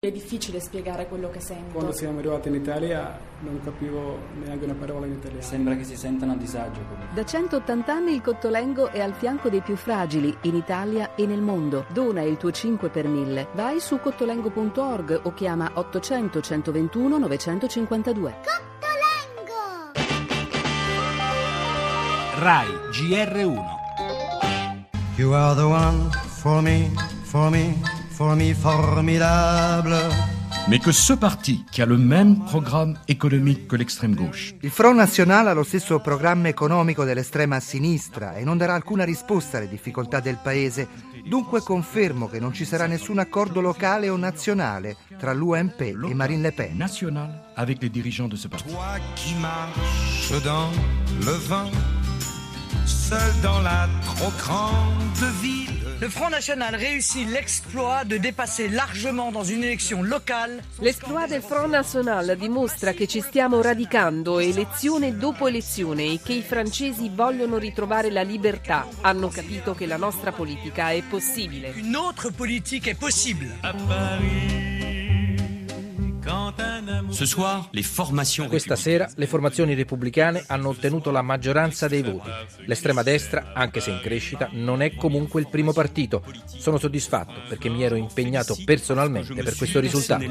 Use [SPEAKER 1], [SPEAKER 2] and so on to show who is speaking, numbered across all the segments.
[SPEAKER 1] È difficile spiegare quello che sento.
[SPEAKER 2] Quando siamo arrivati in Italia non capivo neanche una parola in italiano.
[SPEAKER 3] Sembra che si sentano a disagio con me.
[SPEAKER 4] Da 180 anni il Cottolengo è al fianco dei più fragili in Italia e nel mondo. Dona il tuo 5 per 1000. Vai su cottolengo.org o chiama 800 121 952.
[SPEAKER 5] Cottolengo!
[SPEAKER 6] Rai GR1.
[SPEAKER 7] You are the one for me, for me, for me, formidable.
[SPEAKER 6] Mais que ce parti, qui a le même programme économique que l'extrême gauche,
[SPEAKER 8] Il Front National ha lo stesso programma economico dell'estrema sinistra e non darà alcuna risposta alle difficoltà del paese. Dunque confermo che non ci sarà nessun accordo locale o nazionale tra l'UMP e Marine Le Pen.
[SPEAKER 6] national, avec les dirigeants de ce parti.
[SPEAKER 7] Toi qui marches dans le vent, seul dans la trop grande ville.
[SPEAKER 9] Le Front National réussit l'exploit de dépasser largement dans une élection locale.
[SPEAKER 10] L'esploit del Front National dimostra che ci stiamo radicando elezione dopo elezione e che i francesi vogliono ritrovare la libertà. Hanno capito che la nostra politica è possibile.
[SPEAKER 9] Une autre politique est possible.
[SPEAKER 11] Ce soir, les formations
[SPEAKER 12] Questa sera le formazioni repubblicane hanno ottenuto la maggioranza dei voti. L'estrema destra, anche se in crescita, non è comunque il primo partito. Sono soddisfatto perché mi ero impegnato personalmente per questo risultato.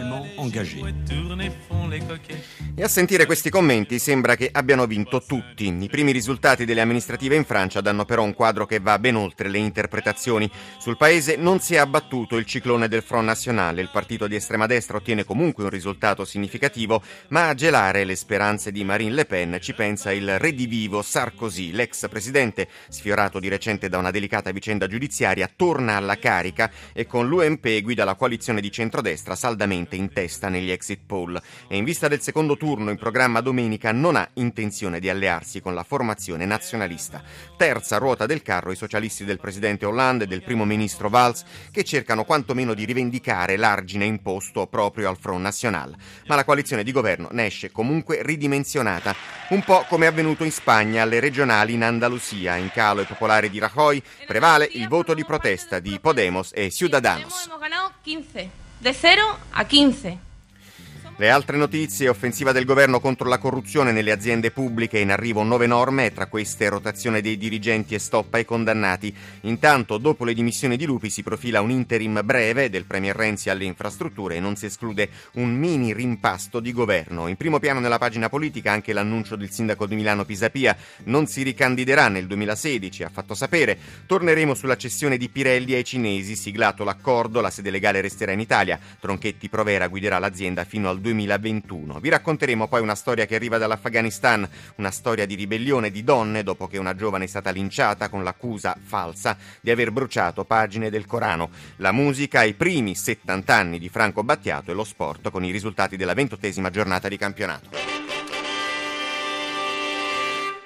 [SPEAKER 13] E a sentire questi commenti sembra che abbiano vinto tutti. I primi risultati delle amministrative in Francia danno però un quadro che va ben oltre le interpretazioni. Sul paese non si è abbattuto il ciclone del Front National. Il partito di estrema destra ottiene comunque un risultato significativo, ma a gelare le speranze di Marine Le Pen ci pensa il redivivo Sarkozy. L'ex presidente, sfiorato di recente da una delicata vicenda giudiziaria, torna alla carica e con l'UMP guida la coalizione di centrodestra saldamente in testa negli exit poll. E in vista del secondo turno in programma domenica non ha intenzione di allearsi con la formazione nazionalista. Terza ruota del carro i socialisti del presidente Hollande e del primo ministro Valls, che cercano quantomeno di rivendicare l'argine imposto proprio al Front National. Ma la coalizione di governo ne esce comunque ridimensionata, un po' come è avvenuto in Spagna alle regionali in Andalusia. In calo il popolare di Rajoy, prevale il voto di protesta di Podemos e Ciudadanos.
[SPEAKER 14] Hemos ganado 15, de 0 a 15.
[SPEAKER 13] Le altre notizie: offensiva del governo contro la corruzione nelle aziende pubbliche, in arrivo 9 norme e tra queste rotazione dei dirigenti e stop ai condannati. Intanto, dopo le dimissioni di Lupi, si profila un interim breve del premier Renzi alle infrastrutture e non si esclude un mini rimpasto di governo. In primo piano nella pagina politica anche l'annuncio del sindaco di Milano Pisapia: non si ricandiderà nel 2016, ha fatto sapere. Torneremo sulla cessione di Pirelli ai cinesi, siglato l'accordo, la sede legale resterà in Italia. Tronchetti Provera guiderà l'azienda fino al 2021. Vi racconteremo poi una storia che arriva dall'Afghanistan, una storia di ribellione di donne dopo che una giovane è stata linciata con l'accusa falsa di aver bruciato pagine del Corano. La musica, i primi 70 anni di Franco Battiato e lo sport con i risultati della 28ª giornata di campionato.